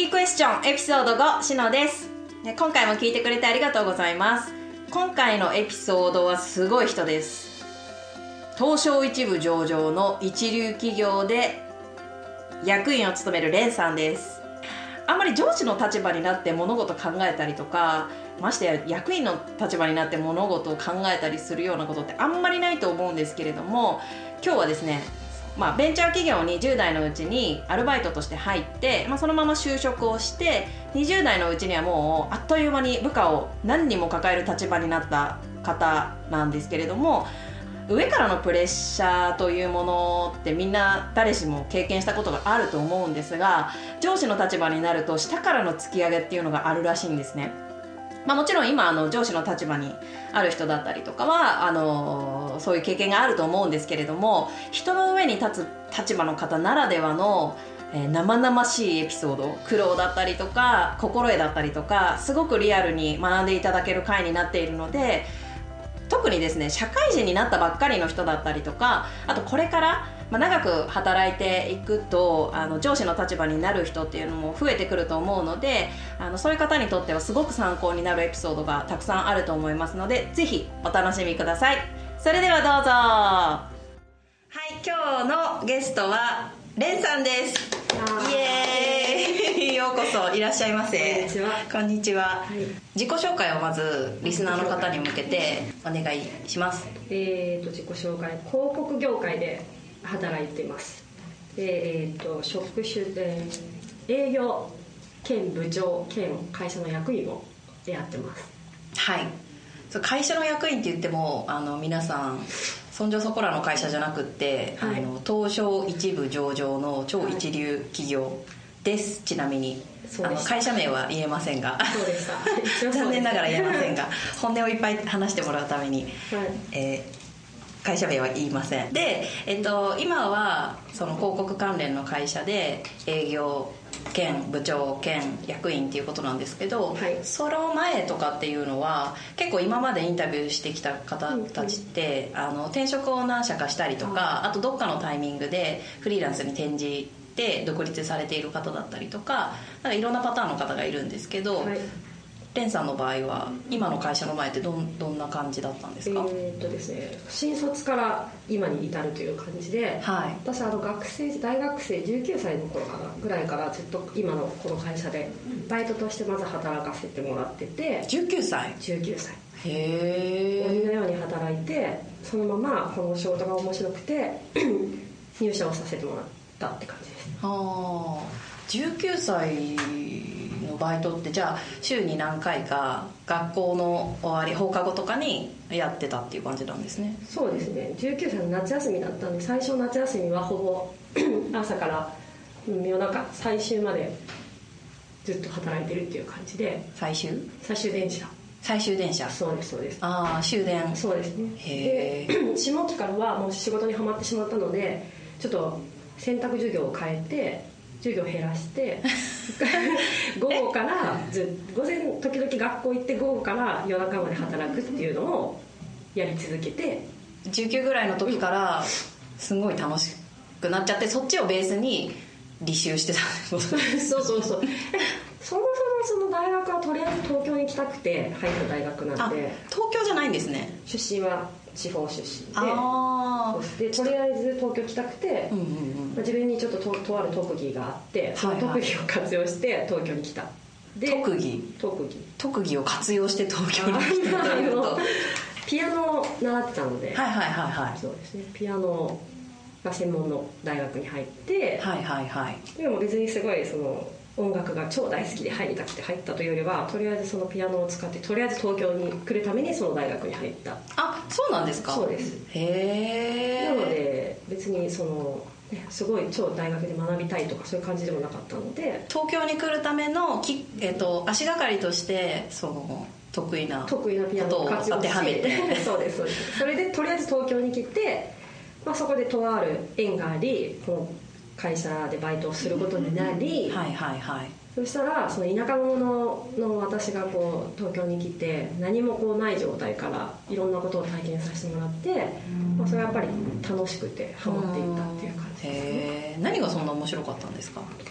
ークエスチョンエピソード5、しのです。今回も聞いてくれてありがとうございます。今回のエピソードはすごい人です。東証一部上場の一流企業で役員を務めるレンさんです。あんまり上司の立場になって物事考えたりとか、ましてや役員の立場になって物事を考えたりするようなことってあんまりないと思うんですけれども、今日はですね、ベンチャー企業に10代のうちにアルバイトとして入って、そのまま就職をして20代のうちにはもうあっという間に部下を何人も抱える立場になった方なんですけれども、上からのプレッシャーというものってみんな誰しも経験したことがあると思うんですが、上司の立場になると下からの突き上げっていうのがあるらしいんですね。もちろん今上司の立場にある人だったりとかはそういう経験があると思うんですけれども、人の上に立つ立場の方ならではの生々しいエピソード、苦労だったりとか心得だったりとか、すごくリアルに学んでいただける回になっているので、特にですね、社会人になったばっかりの人だったりとか、あとこれから長く働いていくと上司の立場になる人っていうのも増えてくると思うので、そういう方にとってはすごく参考になるエピソードがたくさんあると思いますので、ぜひお楽しみください。それではどうぞ。はい、今日のゲストはレンさんです。イエーイようこそいらっしゃいませ。 こんにちは。 こんにちは、 はい、 自己紹介をまずリスナーの方に向けてお願いします。 自己紹介、広告業界で働いています。で、職種で営業兼部長兼会社の役員をやってます。 はい、会社の役員って言っても皆さんそんじょそこらの会社じゃなくって、はい、東証一部上場の超一流企業です、はい、ちなみに会社名は言えませんが、 そうでした残念ながら言えませんが本音をいっぱい話してもらうために、はい会社名は言いません。で、今はその広告関連の会社で営業兼部長兼役員っていうことなんですけど、はい、その前とかっていうのは結構今までインタビューしてきた方たちって、転職を何社かしたりとか、あとどっかのタイミングでフリーランスに転じて独立されている方だったりとか、いろんなパターンの方がいるんですけど、はい、レンさんの場合は今の会社の前ってどんな感じだったんですか？ ですね、新卒から今に至るという感じで、はい、私大学生19歳の頃かなぐらいからずっと今のこの会社でバイトとしてまず働かせてもらってて。 19歳へー。鬼のように働いて、そのままこの仕事が面白くて入社をさせてもらったって感じです。 19歳のバイトってじゃあ週に何回か学校の終わり放課後とかにやってたっていう感じなんですね。 そうですね、19歳の夏休みだったんで、最初の夏休みはほぼ朝から夜中最終までずっと働いてるっていう感じで。 最終電車。そうです。 終電。 そうですね。 へで下期からはもう仕事にはまってしまったので、ちょっと選択授業を変えて授業を減らして午後から午前時々学校行って午後から夜中まで働くっていうのをやり続けて、 19ぐらいの時からすごい楽しくなっちゃって、そっちをベースに履修してたそうそもそもその大学はとりあえず東京に行きたくて入った大学なんで。 東京じゃないんですね。 出身は地方出身で、とりあえず東京来たくて、自分にちょっと とある特技があって、その特技を活用して東京に来た。で特技を活用して東京に来たというとピアノを習ってたので、 そうですね、ピアノが専門の大学に入って、でも別にすごいその音楽が超大好きで入りたくて入ったというよりは、とりあえずそのピアノを使ってとりあえず東京に来るためにその大学に入った。 そうなんですか？ そうです。 へー。 なので別にそのすごい超大学で学びたいとかそういう感じでもなかったので、 東京に来るための足がかりとしてその得意なピアノを活用して当てはめてそうです。それでとりあえず東京に来て、そこでとある縁があり、この会社でバイトをすることになり、そしたらその田舎者の私が東京に来て何もない状態からいろんなことを体験させてもらって、それはやっぱり楽しくてハマっていったっていう感じですね。 何がそんな面白かったんですか？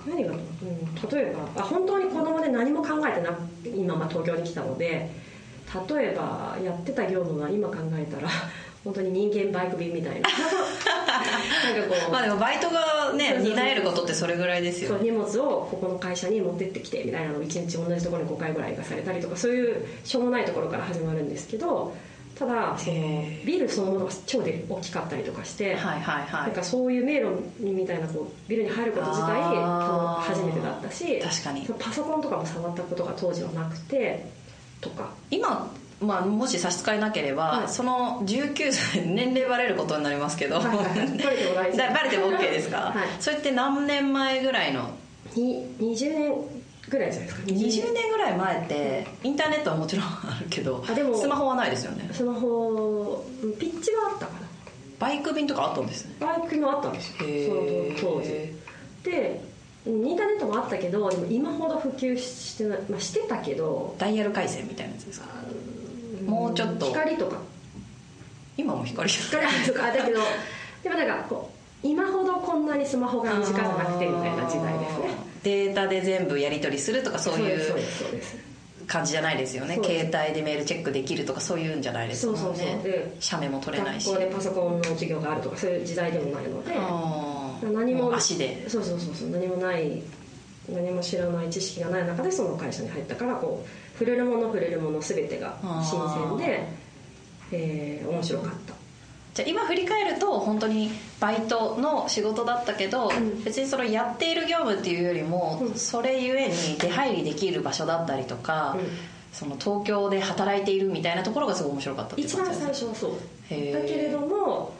何が、例えば本当に子供で何も考えてな今東京に来たので、例えばやってた業務は今考えたら本当に人間バイク便みたいななんかこうまあでもバイトがね担えることってそれぐらいですよ。 そう、荷物をここの会社に持ってってきてみたいなのを1日同じところに5回ぐらい行かされたりとか、そういうしょうもないところから始まるんですけど、ただそのビルそのものが超で大きかったりとかして、なんかそういう迷路みたいなビルに入ること自体初めてだったし、 確かにパソコンとかも触ったことが当時はなくてとか。 今もし差し支えなければ、その19歳年齢バレることになりますけど、バレても OK ですか？それって何年前ぐらいの 20年ぐらいじゃないですか。 20年ぐらい前ってインターネットはもちろんあるけど、でもスマホはないですよね。 スマホピッチはあったかな。 バイク便とかあったんですね。 バイク便もあったんですよ、その当時で。インターネットもあったけど、でも今ほど普及してない、してたけど。 ダイヤル回線みたいなやつですか？もうちょっと光とか、 今も光とかだけどでもなんかこう今ほどこんなにスマホが身近じゃなくてみたいな時代ですね。 データで全部やり取りするとかそういう感じじゃないですよね。携帯でメールチェックできるとかそういうんじゃないですもんね。そうで写メも撮れないし、 学校でパソコンの授業があるとかそういう時代でもないので、何も足でそう何も知らない知識がない中でその会社に入ったから、こう触れるもの全てが新鮮で、面白かった。 じゃあ今振り返ると本当にバイトの仕事だったけど、別にそれをやっている業務っていうよりも、それゆえに出入りできる場所だったりとか、その東京で働いているみたいなところがすごい面白かったって一番最初はそうだけれども、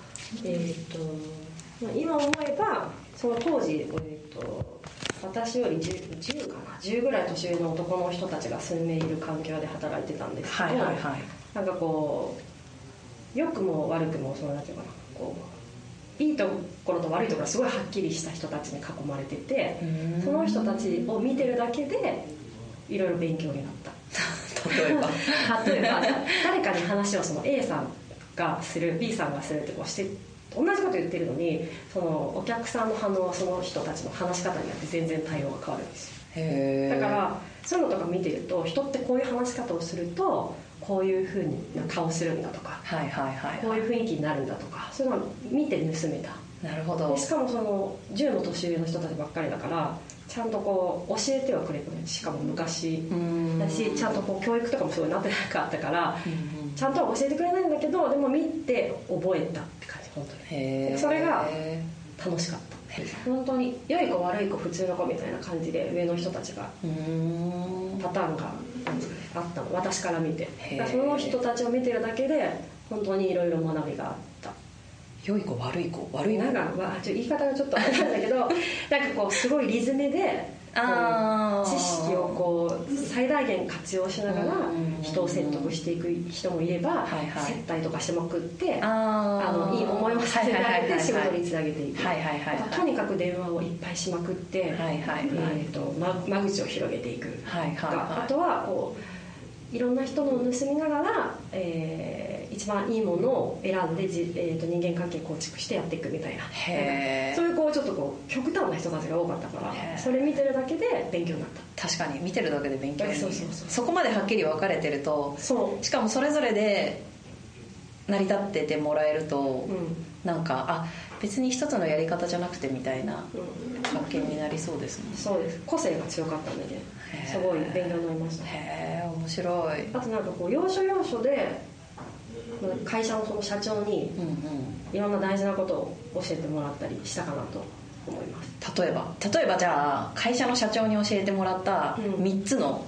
今思えばその当時、私より 10かな、10ぐらい年上の男の人たちが住んでいる環境で働いてたんですけど、なんかこう良くも悪くも、なんていうかな、こういいところと悪いところがすごいはっきりした人たちに囲まれてて、その人たちを見てるだけでいろいろ勉強になった。例えば誰かに話をその A さんがする B さんがするってこうして同じこと言ってるのに、そのお客さんの反応はその人たちの話し方によって全然対応が変わるんですよ。だからそういうのとか見てると、人ってこういう話し方をするとこういう風な顔するんだとか、こういう雰囲気になるんだとか、そういうのを見て盗めた。 なるほど。 でしかもその10の年上の人たちばっかりだから、ちゃんとこう教えてはくれる。しかも昔だし、ちゃんとこう教育とかもすごいなってなかったから、ちゃんとは教えてくれないんだけど、でも見て覚えたって感じ。本当にそれが楽しかった。本当に良い子悪い子普通の子みたいな感じで上の人たちがパターンがあったの、私から見て。その人たちを見てるだけで本当にいろいろ学びがあった。 良い子悪い子、悪い子、 なんか言い方がちょっとあれなんだけどなんかこうすごいリズムで知識をこう最大限活用しながら人を説得していく人もいれば、接待とかしてまくっていい思いをさせられて仕事につなげていく。とにかく電話をいっぱいしまくって間口を広げていく。あとはこういろんな人のを盗みながら、一番いいものを選んで人間関係構築してやっていくみたいな。そういうこうちょっとこう極端な人たちが多かったから、それ見てるだけで勉強になった。 確かに見てるだけで勉強になる。そこまではっきり分かれてると、しかもそれぞれで成り立っててもらえると、なんか別に一つのやり方じゃなくてみたいな発見になりそうですね。 そうです。個性が強かったんですごい勉強になりました。 面白い。 あとなんかこう要所要所で会社のその社長にいろんな大事なことを教えてもらったりしたかなと思います。 例えばじゃあ会社の社長に教えてもらった3つの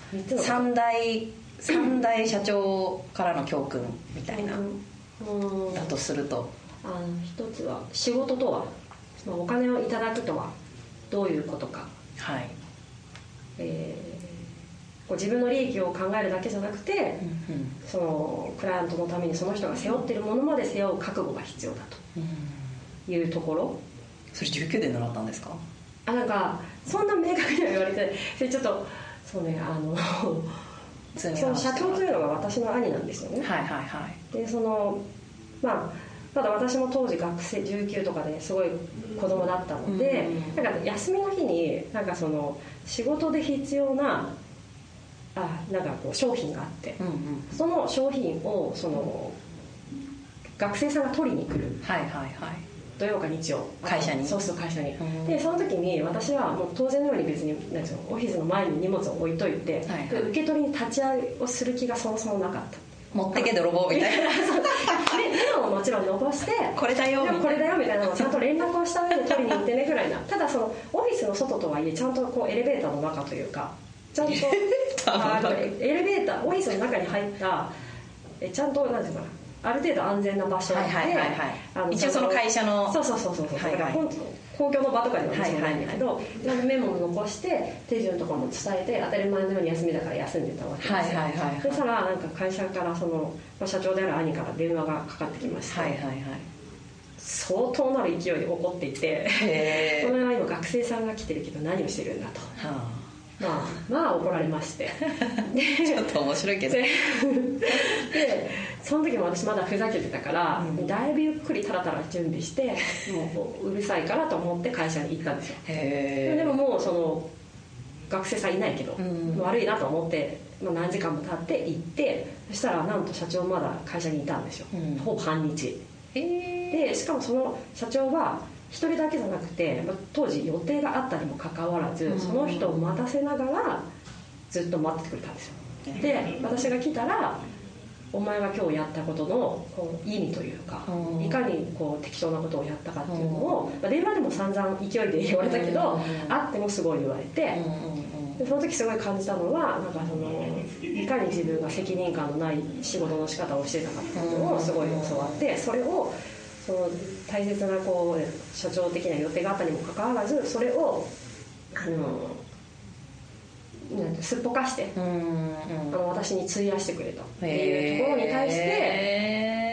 3大社長からの教訓みたいなだとすると、 一つは仕事とは、お金をいただくとはどういうことか。こう自分の利益を考えるだけじゃなくて、そのクライアントのためにその人が背負っているものまで背負う覚悟が必要だというところ。 それ19で習ったんですか？ なんかそんな明確には言われてない。それちょっとそうね、その社長というのが私の兄なんですよね。でそのただ私も当時学生19とかですごい子供だったので、なんか休みの日になんかその仕事で必要ななんかこう商品があって、その商品をその学生さんが取りに来る、土曜か日曜会社に、 そう会社に、でその時に私はもう当然のように別になんていうのオフィスの前に荷物を置いといて、で受け取りに立ち会いをする気がそもそもなかった。 持ってけ泥棒みたいなでメモももちろん残してこれだよみたいなのをちゃんと連絡をした上で取りに行ってねぐらいな。ただそのオフィスの外とはいえちゃんとこうエレベーターの中というかちゃんとエレベーターオフィスの中に入ったちゃんとなんていうかなある程度安全な場所で、 一応その会社のそう、だから公共の場とかではもちろんないんだけど、メモも残して手順とかも伝えて当たり前のように休みだから休んでたわけですよ。そしたらなんか会社からその社長である兄から電話がかかってきまして、相当なる勢いで怒っていて「お前は今学生さんが来てるけど何をしてるんだ」と。まあ怒られましてちょっと面白いけどでその時も私まだふざけてたから、だいぶゆっくりタラタラ準備してもううるさいからと思って会社に行ったんですよ。でももうその学生さんいないけど、悪いなと思って、何時間も経って行って、そしたらなんと社長まだ会社にいたんですよ、ほぼ半日で。しかもその社長は一人だけじゃなくて、当時予定があったにもかかわらず、その人を待たせながらずっと待っててくれたんですよ。で私が来たら「お前は今日やったことのこう意味というか、いかにこう適当なことをやったかっていうのを、電話でも散々勢いで言われたけど、会ってもすごい言われて、でその時すごい感じたのは、なんかそのいかに自分が責任感のない仕事の仕方をしてたかっていうのをすごい教わって、それをその大切なこう社長的な予定があったにもかかわらず、それをすっぽかして私に費やしてくれたっていうところに対して、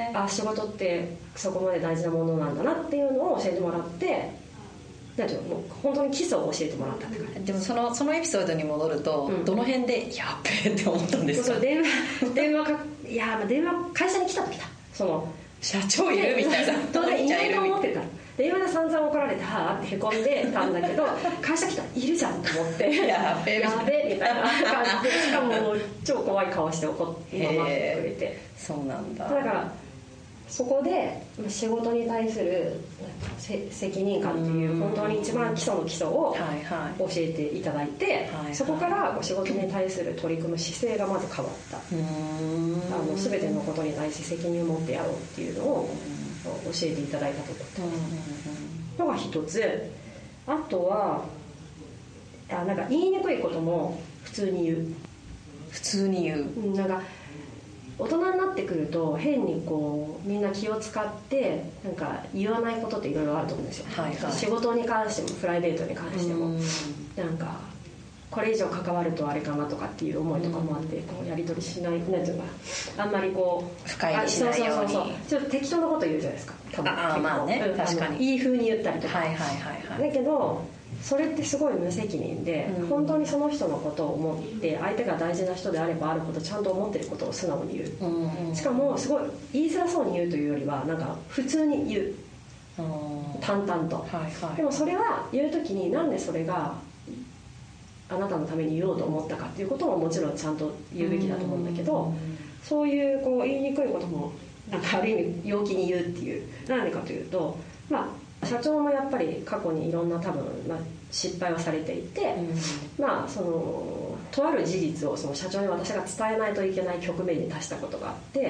仕事ってそこまで大事なものなんだなっていうのを教えてもらって、なんていうの、もう本当に基礎を教えてもらったって感じ。 でもそのエピソードに戻ると、どの辺でやっべえって思ったんですか？ そう電話会社に来た時だ、その社長いるみたいな当然いないと思ってた。電話で散々怒られてはぁってへこんでたんだけど会社来たらいるじゃんと思ってやべえみたいな感じで、しかも超怖い顔して怒って待ってくれて。 そうなんだ。 だからそこで仕事に対する責任感っていう本当に一番基礎の基礎を教えていただいて、そこから仕事に対する取り組む姿勢がまず変わった。全てのことに対して責任を持ってやろうっていうのを教えていただいたところのが一つ。あとはなんか言いにくいことも普通に言う。なんか大人になってくると変にこうみんな気を使ってなんか言わないことっていろいろあると思うんですよ、仕事に関してもプライベートに関しても、なんかこれ以上関わるとあれかなとかっていう思いとかもあって、こうやり取りしない、なんていうかあんまりこう深入りしないようにちょっと適当なこと言うじゃないですか、多分まあね、確かにいい風に言ったりとか、だけどそれってすごい無責任で、本当にその人のことを思って相手が大事な人であればあるほどちゃんと思ってることを素直に言う、しかもすごい言いづらそうに言うというよりはなんか普通に言う、淡々と、でもそれは言う時になんでそれがあなたのために言おうと思ったかっていうことももちろんちゃんと言うべきだと思うんだけど、そういうこう言いにくいこともなんかある意味陽気に言うっていう、なんでかというと、社長もやっぱり過去にいろんな多分、失敗をされていて、そのとある事実をその社長に私が伝えないといけない局面に達したことがあって、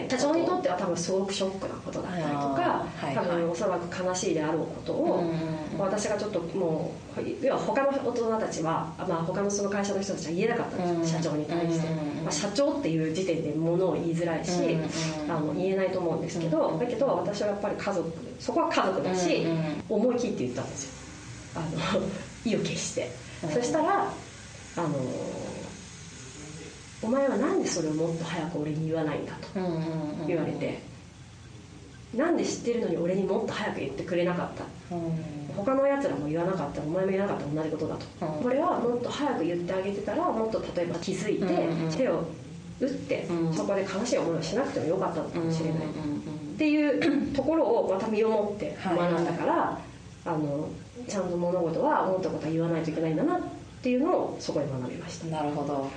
社長にとっては多分すごくショックなことだったりとか、多分おそらく悲しいであろうことを、私がちょっともう要は他の大人たちは、他のその会社の人たちは言えなかったんですよ、社長に対して、社長っていう時点でものを言いづらいし、言えないと思うんですけど、だけど私はやっぱりそこは家族だし、思い切って言ったんですよ、意を決して、そしたらお前はなんでそれをもっと早く俺に言わないんだと言われて、なんで知ってるのに俺にもっと早く言ってくれなかった、他のやつらも言わなかったお前も言わなかった同じことだと、これはもっと早く言ってあげてたらもっと例えば気づいて手を打って、そこで悲しい思いをしなくてもよかったのかもしれない、っていうところをまた身をもって学んだから、ちゃんと物事は思ったことは言わないといけないんだなっていうのをそこで学びました。 なるほど、はい、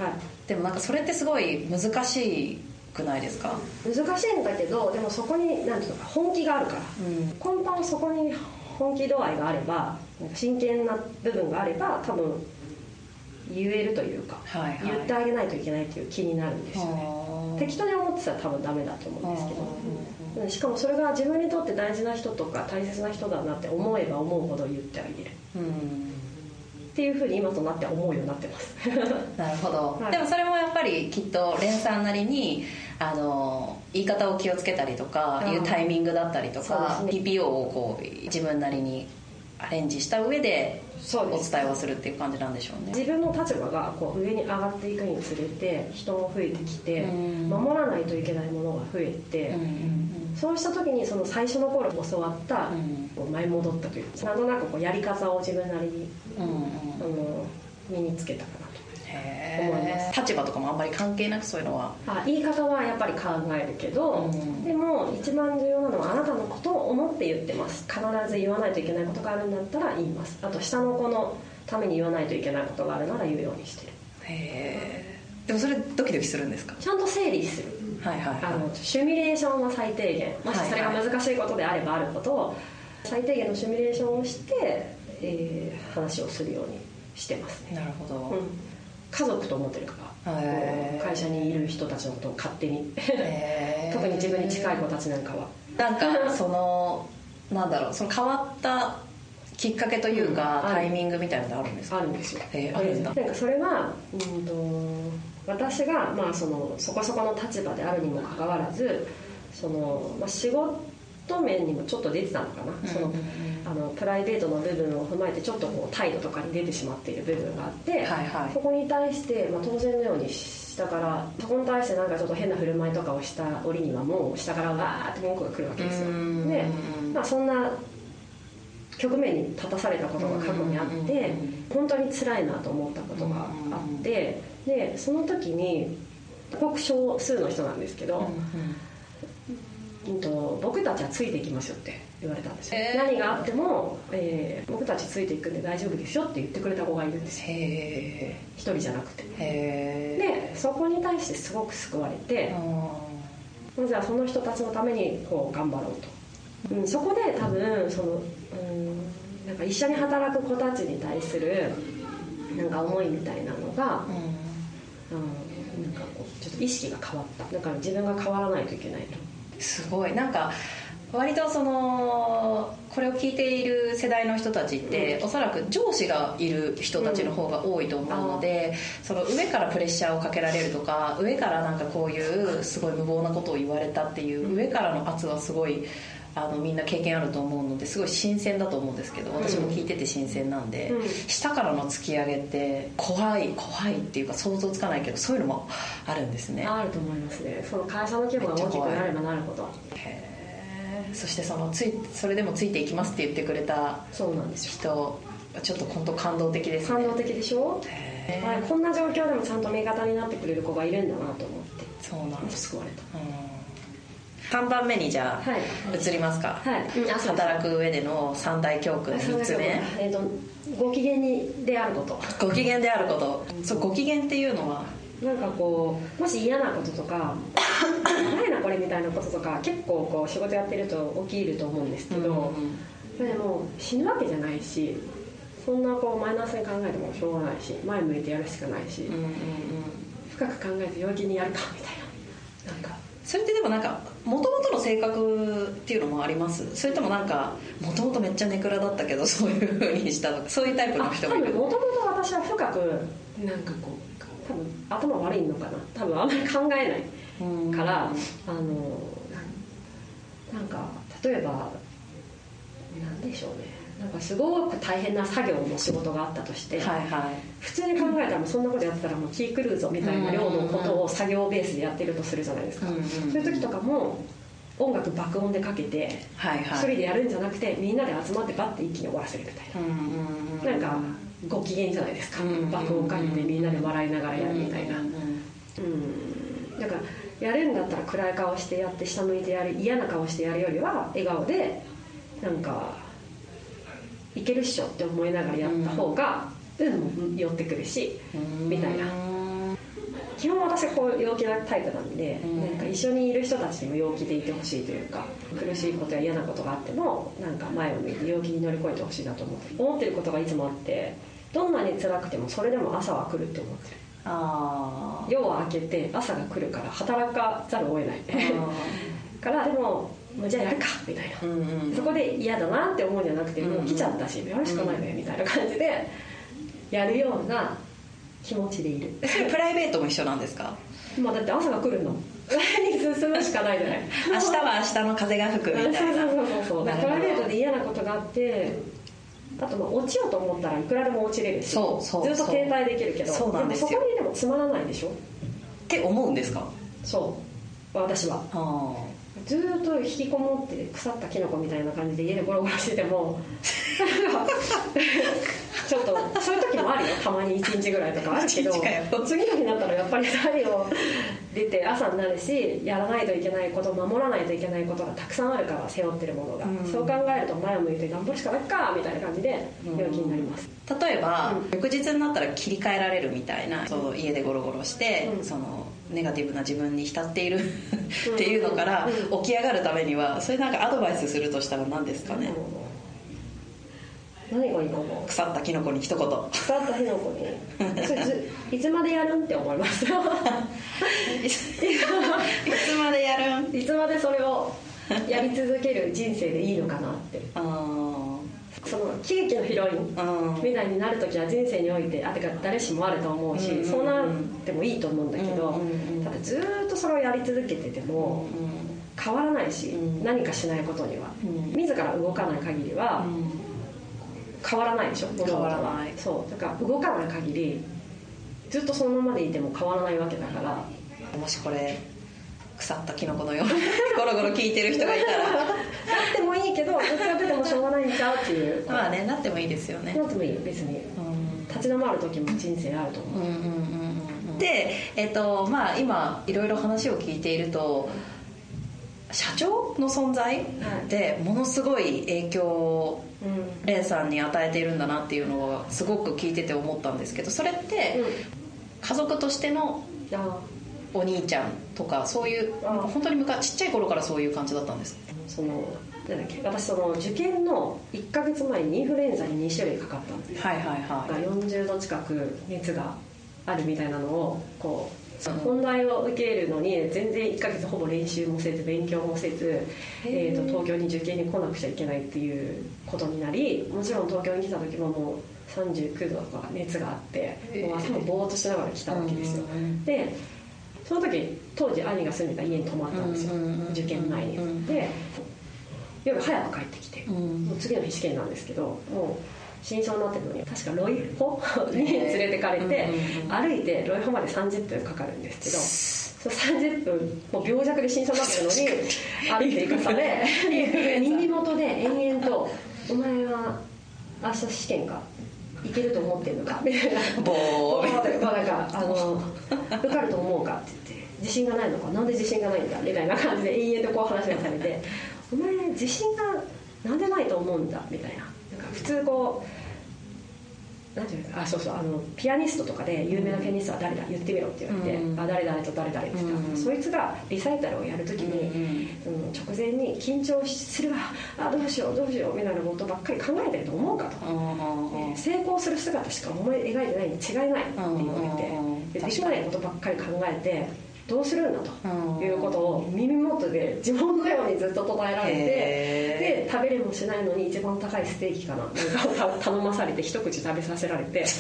でもなんかそれってすごい難しくないですか？ 難しいんだけど、でもそこに何ていうのか本気があるから、根本そこに本気度合いがあれば、真剣な部分があれば多分言えるというか、言ってあげないといけないっていう気になるんですよね。適当に思ってたら多分ダメだと思うんですけど、しかもそれが自分にとって大事な人とか大切な人だなって思えば思うほど言ってあげる、っていうふうに今となって思うようになってますなるほど、はい、でもそれもやっぱりきっと連さんなりに言い方を気をつけたりとかいうタイミングだったりとか、ね、TPO をこう自分なりにアレンジした上でお伝えをするっていう感じなんでしょうね。 自分の立場がこう上に上がっていくにつれて人も増えてきて、守らないといけないものが増えて、そうした時にその最初の頃教わった前戻ったというか、なんとなくこうやり方を自分なりに身につけたかなと思います。 立場とかもあんまり関係なくそういうのは言い方はやっぱり考えるけど、でも一番重要なのはあなたのことを思って言ってます。必ず言わないといけないことがあるんだったら言います。あと下の子のために言わないといけないことがあるなら言うようにしてる。 でもそれドキドキするんですか？ ちゃんと整理する、シミュレーションは最低限、もしそれが難しいことであればあることを最低限のシミュレーションをして、話をするようにしてますね。 なるほど、 家族と思ってるから、会社にいる人たちのことを勝手に特に自分に近い子たちなんかはなんかそのなんだろう、その変わったきっかけというか、タイミングみたいなのあるんですか？ あるんですよ。 あるんだ。 なんかそれは私が、そこそこの立場であるにもかかわらず仕事面にもちょっと出てたのかな、プライベートの部分を踏まえてちょっとこう態度とかに出てしまっている部分があって、そこに対して、当然のように下からそこに対してなんかちょっと変な振る舞いとかをした折にはもう下からわーって文句が来るわけですよ。で、そんな局面に立たされたことが過去にあって、本当に辛いなと思ったことがあって、でその時にごく少数の人なんですけど、僕たちはついていきますよって言われたんですよ。何があっても、僕たちついていくんで大丈夫ですよって言ってくれた子がいるんですよ。一人じゃなくて。でそこに対してすごく救われて、まずはその人たちのためにこう頑張ろうと、そこで多分なんか一緒に働く子たちに対するなんか思いみたいなのが、なんかこうちょっと意識が変わった。だから自分が変わらないといけないと。 すごいなんか割とこれを聞いている世代の人たちって、おそらく上司がいる人たちの方が多いと思うので、その上からプレッシャーをかけられるとか、上からなんかこういうすごい無謀なことを言われたっていう上からの圧はすごいみんな経験あると思うので、すごい新鮮だと思うんですけど、私も聞いてて新鮮なんで、下からの突き上げって怖いっていうか想像つかないけど、そういうのもあるんですね。 あると思いますね。その会社の規模が大きくなればなるほど。 そしてそれでもついていきますって言ってくれた人、ちょっと本当感動的ですね。 感動的でしょ。こんな状況でもちゃんと味方になってくれる子がいるんだなと思って、 そうなんです。 救われた。 3番目にじゃあ、移りますか。働く上での3大教訓3つ目、 ご機嫌であること。 ご機嫌であること、そうご機嫌っていうのはなんかこうもし嫌なこととか何やなこれみたいなこととか結構こう仕事やってると起きると思うんですけど、でも死ぬわけじゃないし、そんなこうマイナスに考えてもしょうがないし、前向いてやるしかないし、深く考えて弱気にやるかみたいな。なんかそれってでもなんか元々の性格っていうのもあります？それともなんか元々めっちゃネクラだったけどそういう風にしたとか、そういうタイプの人もいる？ 元々私は深くなんかこう多分頭悪いのかな、多分あんまり考えないからなんか例えばなんでしょうね、なんかすごく大変な作業の仕事があったとして、普通に考えたらもうそんなことやってたらもう気狂うぞみたいな量のことを作業ベースでやってるとするじゃないですか。そういう時とかも音楽爆音でかけて一人でやるんじゃなくて、みんなで集まってバッて一気に終わらせるみたいな、なんかご機嫌じゃないですか。爆音かけてみんなで笑いながらやるみたいな。 だからやるんだったら暗い顔してやって下向いてやる、嫌な顔してやるよりは笑顔でなんかいけるっしょって思いながらやった方が運も寄ってくるし、みたいな。基本私はこう陽気なタイプなんで、なんか一緒にいる人たちにも陽気でいてほしいというか、苦しいことや嫌なことがあってもなんか前を向いて陽気に乗り越えてほしいなと思ってることがいつもあって、どんなに辛くてもそれでも朝は来るって思ってる。夜は明けて朝が来るから働かざるを得ないからでもじゃあやるかみたいな、そこで嫌だなって思うんじゃなくて、もう来ちゃったしやるしかないねみたいな感じでやるような気持ちでいる。 プライベートも一緒なんですか？ まあだって朝が来るのに進むしかないじゃない。 明日は明日の風が吹くみたいな。 そうプライベートで嫌なことがあって、あとまあ落ちようと思ったらいくらでも落ちれるし、ずっと停滞できるけど、 そうなんですよ。 でもそこにいてもつまらないでしょって思うんですか？そう私はずっと引きこもって腐ったキノコみたいな感じで家でゴロゴロしててもちょっとそういう時もあるよ、たまに1日ぐらいとかあるけど次の日になったらやっぱり太陽出て朝になるし、やらないといけないこと、守らないといけないことがたくさんあるから、背負ってるものが、そう考えると前を向いて頑張るしかないかみたいな感じで陽気になります。 例えば、翌日になったら切り替えられるみたいな、そう家でゴロゴロして、そのネガティブな自分に浸っているっていうのから起き上がるためには、それなんかアドバイスするとしたら何ですかね？ 何がいいかな。 腐ったキノコに一言。 腐ったキノコにそれいつまでやるんって思いますいつまでやるん、 いつまでそれをやり続ける人生でいいのかなって。その喜劇のヒロインみたいになるときは人生においててか誰しもあると思うし、そうなってもいいと思うんだけど、ただずっとそれをやり続けてても変わらないし、何かしないことには、自ら動かない限りは変わらないでしょ。 変わらない。 そうだから動かない限りずっとそのままでいても変わらないわけだから、 もしこれ腐ったキノコのようにゴロゴロ聞いてる人がいたらなってもいいけど、どっちかっててもしょうがないんちゃうっていうまあね、なってもいいですよね。 なってもいい、別に、立ち止まる時も人生あると思う。 で、まあ今いろいろ話を聞いていると、社長の存在でものすごい影響をレンさんに与えているんだなっていうのはすごく聞いてて思ったんですけど、それって家族としてのお兄ちゃんとかそういう本当にちっちゃい頃からそういう感じだったんですか？ なんだっけ、私受験の1ヶ月前にインフルエンザに2種類かかったんです。40度近く熱があるみたいなのをこう本題を受けるのに全然1ヶ月ほぼ練習もせず勉強もせず、東京に受験に来なくちゃいけないっていうことになり、もちろん東京に来た時ももう39度とか熱があって、もう朝もぼーっとしながら来たわけですよ。でその時当時兄が住んでた家に泊まったんですよ、受験前に。で夜早く帰ってきて、もう次の日試験なんですけど、もう真相になってるのに確かロイホに連れてかれて、歩いてロイホまで30分かかるんですけど、その30分もう病弱で真相になってるのに歩いて行かされ耳元で延々と「お前は明日試験かいけると思ってんのか」みたいな「ボー」なんか受かると思うかって言って「自信がないのか、なんで自信がないんだ」みたいな感じで延々とこう話がされて「お前自信がなんでないと思うんだ」みたいな。普通こうなんていうか、そうそう、ピアニストとかで有名なピアニストは誰だ言ってみろって言われて、誰々と誰々って言ったら、そいつがリサイタルをやるときに、直前に緊張するわ、どうしようどうしようみたいなことばっかり考えてると思うかと、成功する姿しか思い描いてないに違いないって言われて、できないことばっかり考えてどうするんだということを耳元で呪文のようにずっと唱えられて、で食べれもしないのに一番高いステーキかななんかを頼まされて一口食べさせられて、で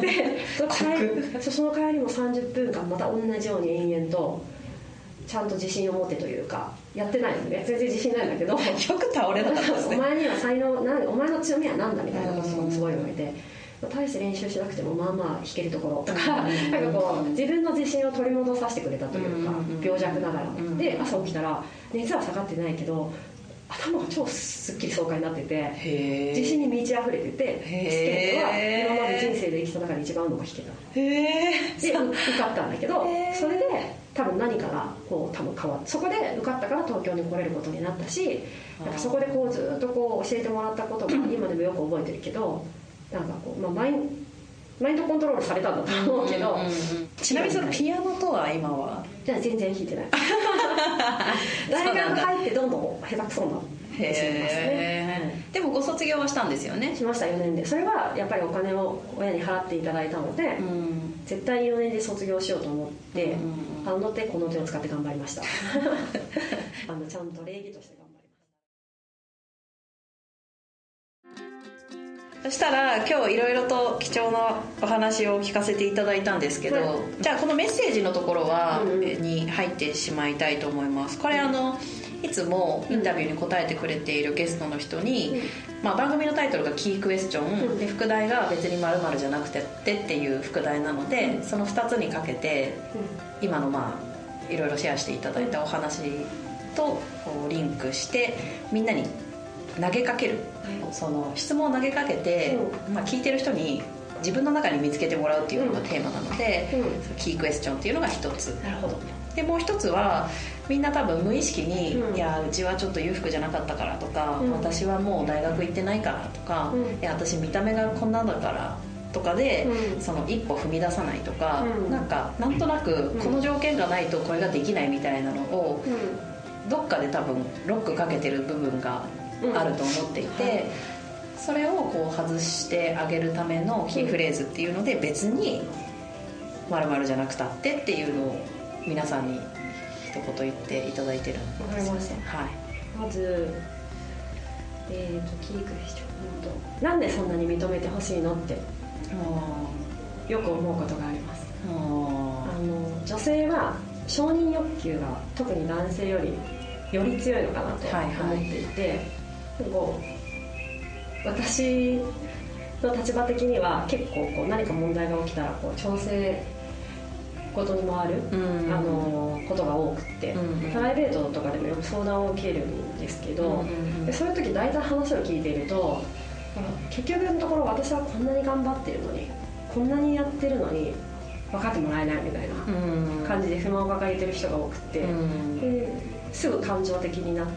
その帰りも30分間また同じように延々とちゃんと自信を持ってというかやってないので、全然自信ないんだけどよく倒れなかったですね。 お前には才能お前の強みは何だみたいなことをすごい言われて、大して練習しなくてもまあまあ弾けるところとか、なんかこう自分の自信を取り戻させてくれたというか、病弱ながらで朝起きたら熱は下がってないけど頭が超すっきり爽快になってて、自信に満ち溢れてて、試験では今まで人生で生きた中で一番うまく弾けた。で受かったんだけど、それで多分何かがこう多分変わって、そこで受かったから東京に来れることになったし、なんかそこでこうずっとこう教えてもらったことが今でもよく覚えてるけど、なんかこう、マインドコントロールされたんだと思うけど、 ちなみにそのピアノとは今はじゃあ全然弾いてない大学入ってどんどん下手くそになってしまいますね。 でもご卒業はしたんですよね。 しました、4年で。それはやっぱりお金を親に払っていただいたので、絶対に4年で卒業しようと思って、あの手この手を使って頑張りましたちゃんと礼儀として頑張りました。 そしたら今日いろいろと貴重なお話を聞かせていただいたんですけど、じゃあこのメッセージのところは、に入ってしまいたいと思います。これいつもインタビューに答えてくれているゲストの人に、番組のタイトルがキークエスチョン、で副題が別に〇〇じゃなくてっていう副題なので、その2つにかけて、今のいろいろシェアしていただいたお話とこうリンクしてみんなに投げかける、その質問を投げかけて、聞いてる人に自分の中に見つけてもらうっていうのがテーマなので、キークエスチョンっていうのが一つ。 なるほど。 でもう一つはみんな多分無意識に、いやうちはちょっと裕福じゃなかったからとか、私はもう大学行ってないからとか、いや私見た目がこんなんだからとかで、その一歩踏み出さないとか、なんとなくこの条件がないとこれができないみたいなのを、どっかで多分ロックかけてる部分があると思っていて、それをこう外してあげるためのキーフレーズっていうので、別に〇〇じゃなくたってっていうのを皆さんに一言言っていただいてるんです。 わかりました。まずキークエスチョン、なんでそんなに認めてほしいのってよく思うことがあります。女性は承認欲求が特に男性より強いのかなと思っていて、こう私の立場的には結構こう何か問題が起きたらこう調整ことに回る、ことが多くて、プライベートとかでもよく相談を受けるんですけど、でそういう時大体話を聞いていると、結局のところ私はこんなに頑張ってるのに、こんなにやってるのに分かってもらえないみたいな感じで不満を抱えてる人が多くて、ですぐ感情的になって、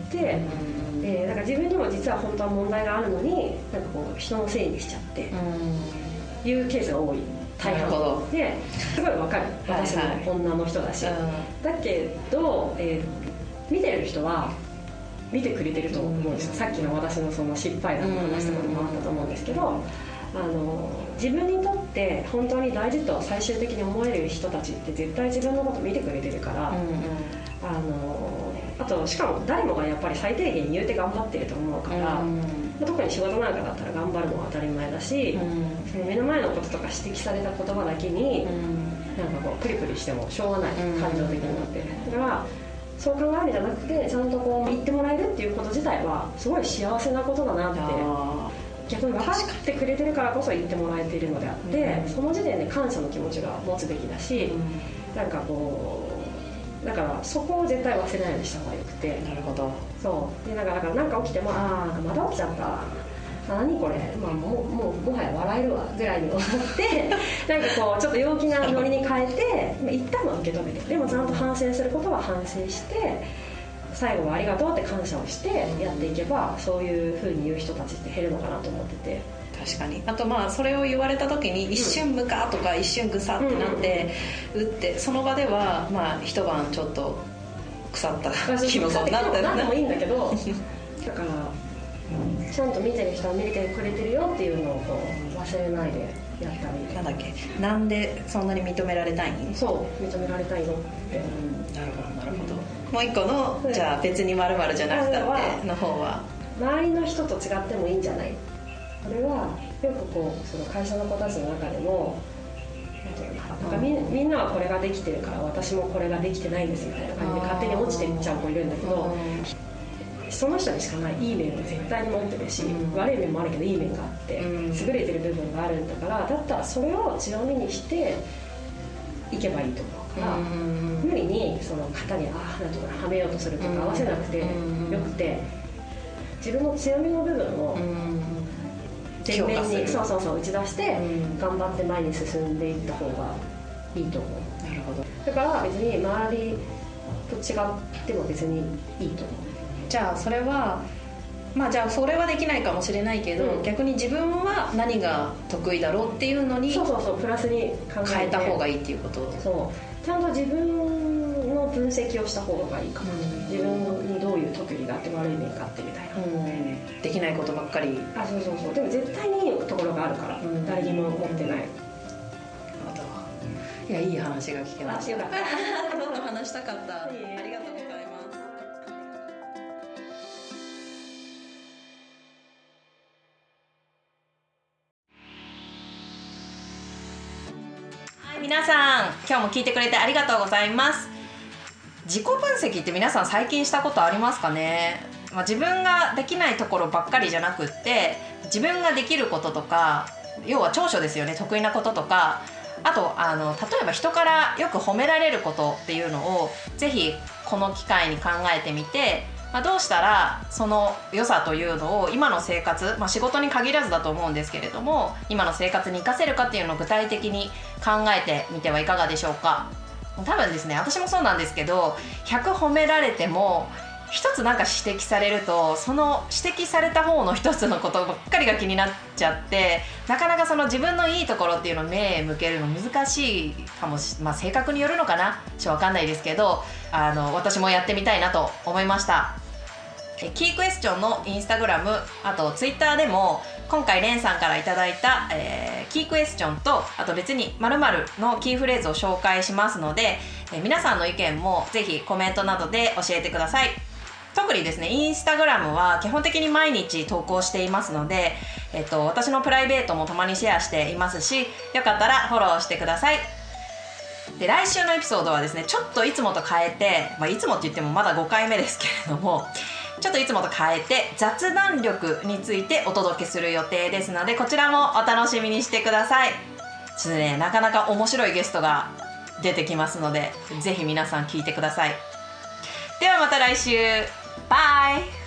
なんか自分にも実は本当は問題があるのに、なんかこう人のせいにしちゃっていうケースが多い。大半ですごい分かる、私も女の人だし、だけど、見てる人は見てくれてると思うんですよ。さっきの私のその失敗談の話とかでもあったと思うんですけど、自分にとって本当に大事と最終的に思える人たちって絶対自分のこと見てくれてるから、あとしかも誰もがやっぱり最低限言うて頑張ってると思うから、特に仕事なんかだったら頑張るのは当たり前だし、その目の前のこととか指摘された言葉だけに、なんかこうプリプリしてもしょうがない、感情的になって。だからそう考えるんじゃなくて、ちゃんとこう言ってもらえるっていうこと自体はすごい幸せなことだなって、逆に分かってくれてるからこそ言ってもらえているのであって、その時点で感謝の気持ちが持つべきだし、なんかこうだからそこを絶対忘れないようにした方がよくて。 なるほど。 そうで、だからなんか起きても、まだ起きちゃった、何これ、もはや笑えるわぐらいに思ってなんかこうちょっと陽気なノリに変えて一旦は受け止めて、でもちゃんと反省することは反省して、最後はありがとうって感謝をしてやっていけば、そういう風に言う人たちって減るのかなと思ってて。 確かに。あとそれを言われた時に一瞬ムカとか一瞬グサってなって打って、その場では一晩ちょっと腐った気分になった何でもいいんだけどだからちゃんと見てる人は見てくれてるよっていうのをこう忘れないでやったり。 なんだっけ、なんでそんなに認められたいの？ そう認められたいのって、 なるほどなるほど。もう一個の、じゃあ別に〇〇じゃなくたっての方は、 周りの人と違ってもいいんじゃない。これはよくこうその会社の子たちの中でも、なんかみんなはこれができてるから私もこれができてないんですみたいな感じで勝手に落ちていっちゃう子いるんだけど、その人にしかないいい面を絶対に持ってるし、悪い面もあるけどいい面があって、優れてる部分があるんだから、だったらそれを強みにしていけばいいと思うから、無理にその型になんとかはめようとするとか合わせなくてよくて、 自分の強みの部分を前面にそう打ち出して頑張って前に進んでいった方がいいと思う。 なるほど。 だから別に周りと違っても別にいいと思う。 じゃあそれはじゃあそれはできないかもしれないけど、逆に自分は何が得意だろうっていうのにプラスに考えて変えた方がいいっていうこと。 そうちゃんと自分の分析をした方がいいかも、自分にどういう特技があって悪い面があってみたいな、 できないことばっかり。 そうでも絶対にいいところがあるから、誰にも持ってない。 いや、いい話が聞けました。 よかったもっと話したかった。ありがとうございます。はい、皆さん今日も聞いてくれてありがとうございます。自己分析って皆さん最近したことありますかね。自分ができないところばっかりじゃなくって、自分ができることとか、要は長所ですよね、得意なこととか、あと例えば人からよく褒められることっていうのをぜひこの機会に考えてみて、どうしたらその良さというのを今の生活、仕事に限らずだと思うんですけれども、今の生活に生かせるかっていうのを具体的に考えてみてはいかがでしょうか。多分ですね、私もそうなんですけど、100褒められても一つなんか指摘されると、その指摘された方の一つのことばっかりが気になっちゃって、なかなかその自分のいいところっていうのを目向けるの難しいかも性格によるのかな、わかんないですけど、私もやってみたいなと思いました。キークエスチョンのインスタグラム、あとツイッターでも今回レンさんからいただいた、キークエスチョンと、あと別に〇〇のキーフレーズを紹介しますので、皆さんの意見もぜひコメントなどで教えてください。特にですね、インスタグラムは基本的に毎日投稿していますので、私のプライベートもたまにシェアしていますし、よかったらフォローしてください。で、来週のエピソードはですね、ちょっといつもと変えて、いつもって言ってもまだ5回目ですけれども、ちょっといつもと変えて雑談力についてお届けする予定ですので、こちらもお楽しみにしてください。ちょっとね、なかなか面白いゲストが出てきますので、ぜひ皆さん聞いてください。ではまた来週。バイ。